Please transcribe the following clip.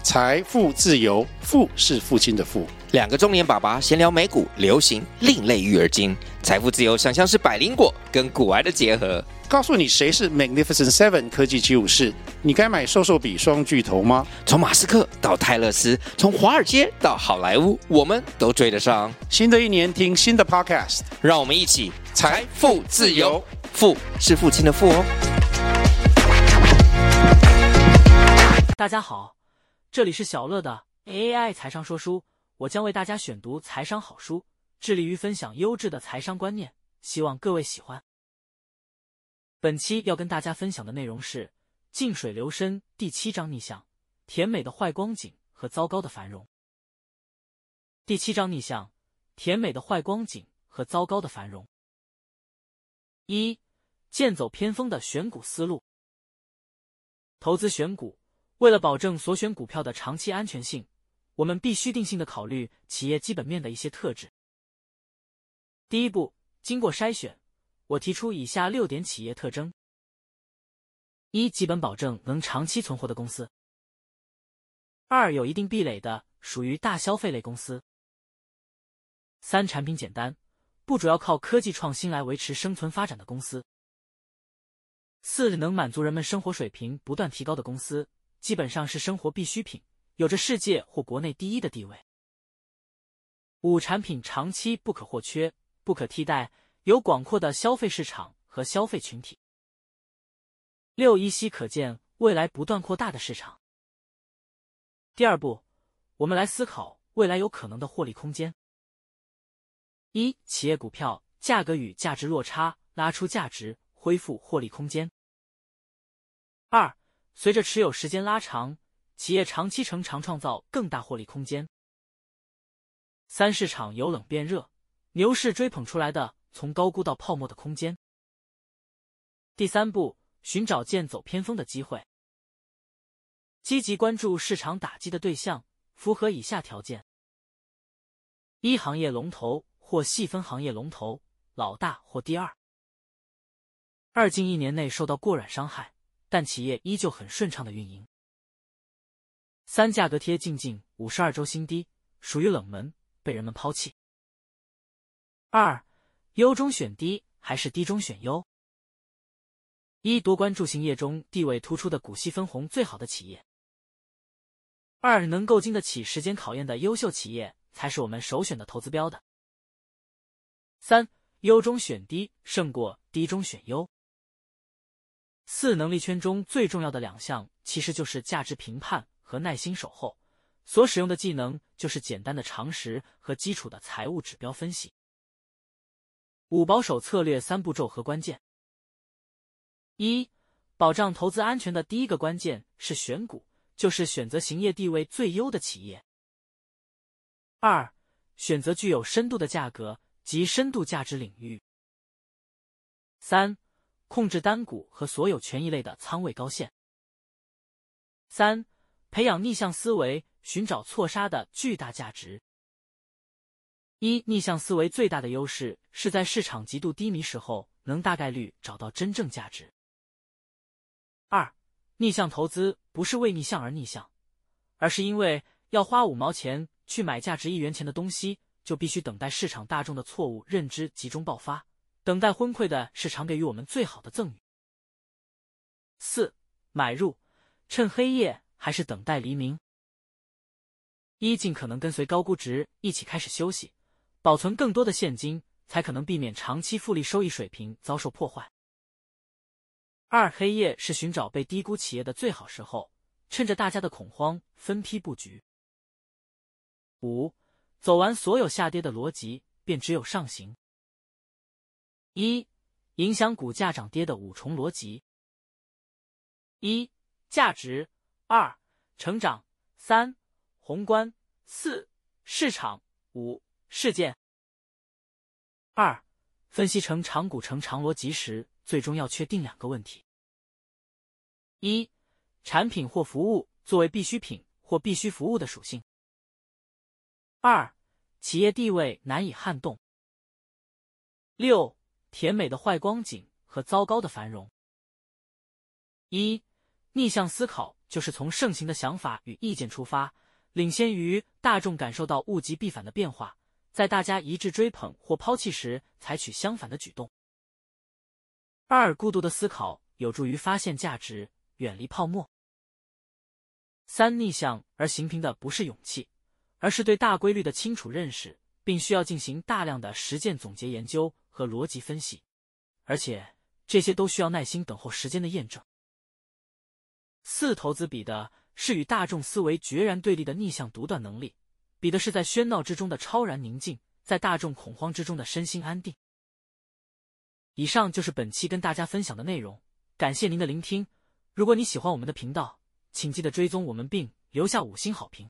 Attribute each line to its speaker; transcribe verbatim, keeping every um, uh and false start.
Speaker 1: 财富自由，富是父亲的富。
Speaker 2: 两个中年爸爸闲聊美股、流行、另类育儿经。财富自由想象是百灵果跟股癌的结合。
Speaker 1: 告诉你谁是 Magnificent Seven 科技七武士，你该买瘦瘦比双巨头吗？
Speaker 2: 从马斯克到泰勒斯，从华尔街到好莱坞，我们都追得上。
Speaker 1: 新的一年听新的 Podcast，
Speaker 2: 让我们一起
Speaker 1: 财富自由，
Speaker 2: 富是父亲的富哦。
Speaker 3: 大家好，这里是小乐的 A I 财商说书，我将为大家选读财商好书，致力于分享优质的财商观念，希望各位喜欢。本期要跟大家分享的内容是静水流深第七章逆向，甜美的坏光景和糟糕的繁荣。第七章逆向，甜美的坏光景和糟糕的繁荣。一、剑走偏锋的选股思路。投资选股，为了保证所选股票的长期安全性，我们必须定性地考虑企业基本面的一些特质。第一步，经过筛选，我提出以下六点企业特征：一、基本保证能长期存活的公司；二、有一定壁垒的，属于大消费类公司；三、产品简单，不主要靠科技创新来维持生存发展的公司；四、能满足人们生活水平不断提高的公司，基本上是生活必需品，有着世界或国内第一的地位；五、产品长期不可或缺、不可替代，有广阔的消费市场和消费群体；六、依稀可见未来不断扩大的市场。第二步，我们来思考未来有可能的获利空间。一、企业股票价格与价值落差，拉出价值，恢复获利空间。二、随着持有时间拉长，企业长期成长创造更大获利空间。三、市场由冷变热，牛市追捧出来的从高估到泡沫的空间。第三步，寻找剑走偏锋的机会。积极关注市场打击的对象，符合以下条件：一、行业龙头或细分行业龙头，老大或第二；二、近一年内受到过软伤害，但企业依旧很顺畅的运营；三、价格贴近近五十二周新低，属于冷门，被人们抛弃。二、优中选低还是低中选优？一、多关注行业中地位突出的股息分红最好的企业；二、能够经得起时间考验的优秀企业才是我们首选的投资标的。三、优中选低胜过低中选优。四、能力圈中最重要的两项其实就是价值评判和耐心守候，所使用的技能就是简单的常识和基础的财务指标分析。五、保守策略三步骤和关键。一、保障投资安全的第一个关键是选股，就是选择行业地位最优的企业。二、选择具有深度的价格及深度价值领域。三、控制单股和所有权益类的仓位高限。三、培养逆向思维，寻找错杀的巨大价值。一、逆向思维最大的优势是在市场极度低迷时候，能大概率找到真正价值。二、逆向投资不是为逆向而逆向，而是因为要花五毛钱去买价值一元钱的东西，就必须等待市场大众的错误认知集中爆发，等待昏聩的市场给予我们最好的赠与。四、买入，趁黑夜还是等待黎明？一、尽可能跟随高估值一起开始休息，保存更多的现金，才可能避免长期复利收益水平遭受破坏。二、黑夜是寻找被低估企业的最好时候，趁着大家的恐慌分批布局。五、走完所有下跌的逻辑，便只有上行。一、影响股价涨跌的五重逻辑。一、价值；二、成长；三、宏观；四、市场；五、事件。二、分析成长股成长逻辑时，最终要确定两个问题：一、产品或服务作为必需品或必须服务的属性；二、企业地位难以撼动；六、甜美的坏光景和糟糕的繁荣。一、逆向思考就是从盛行的想法与意见出发，领先于大众感受到物极必反的变化，在大家一致追捧或抛弃时采取相反的举动。二、孤独的思考有助于发现价值，远离泡沫。三、逆向而行凭的不是勇气，而是对大规律的清楚认识，并需要进行大量的实践总结研究和逻辑分析，而且这些都需要耐心等候时间的验证。四、投资比的是与大众思维决然对立的逆向独断能力，比的是在喧闹之中的超然宁静，在大众恐慌之中的身心安定。以上就是本期跟大家分享的内容，感谢您的聆听。如果你喜欢我们的频道，请记得追踪我们并留下五星好评。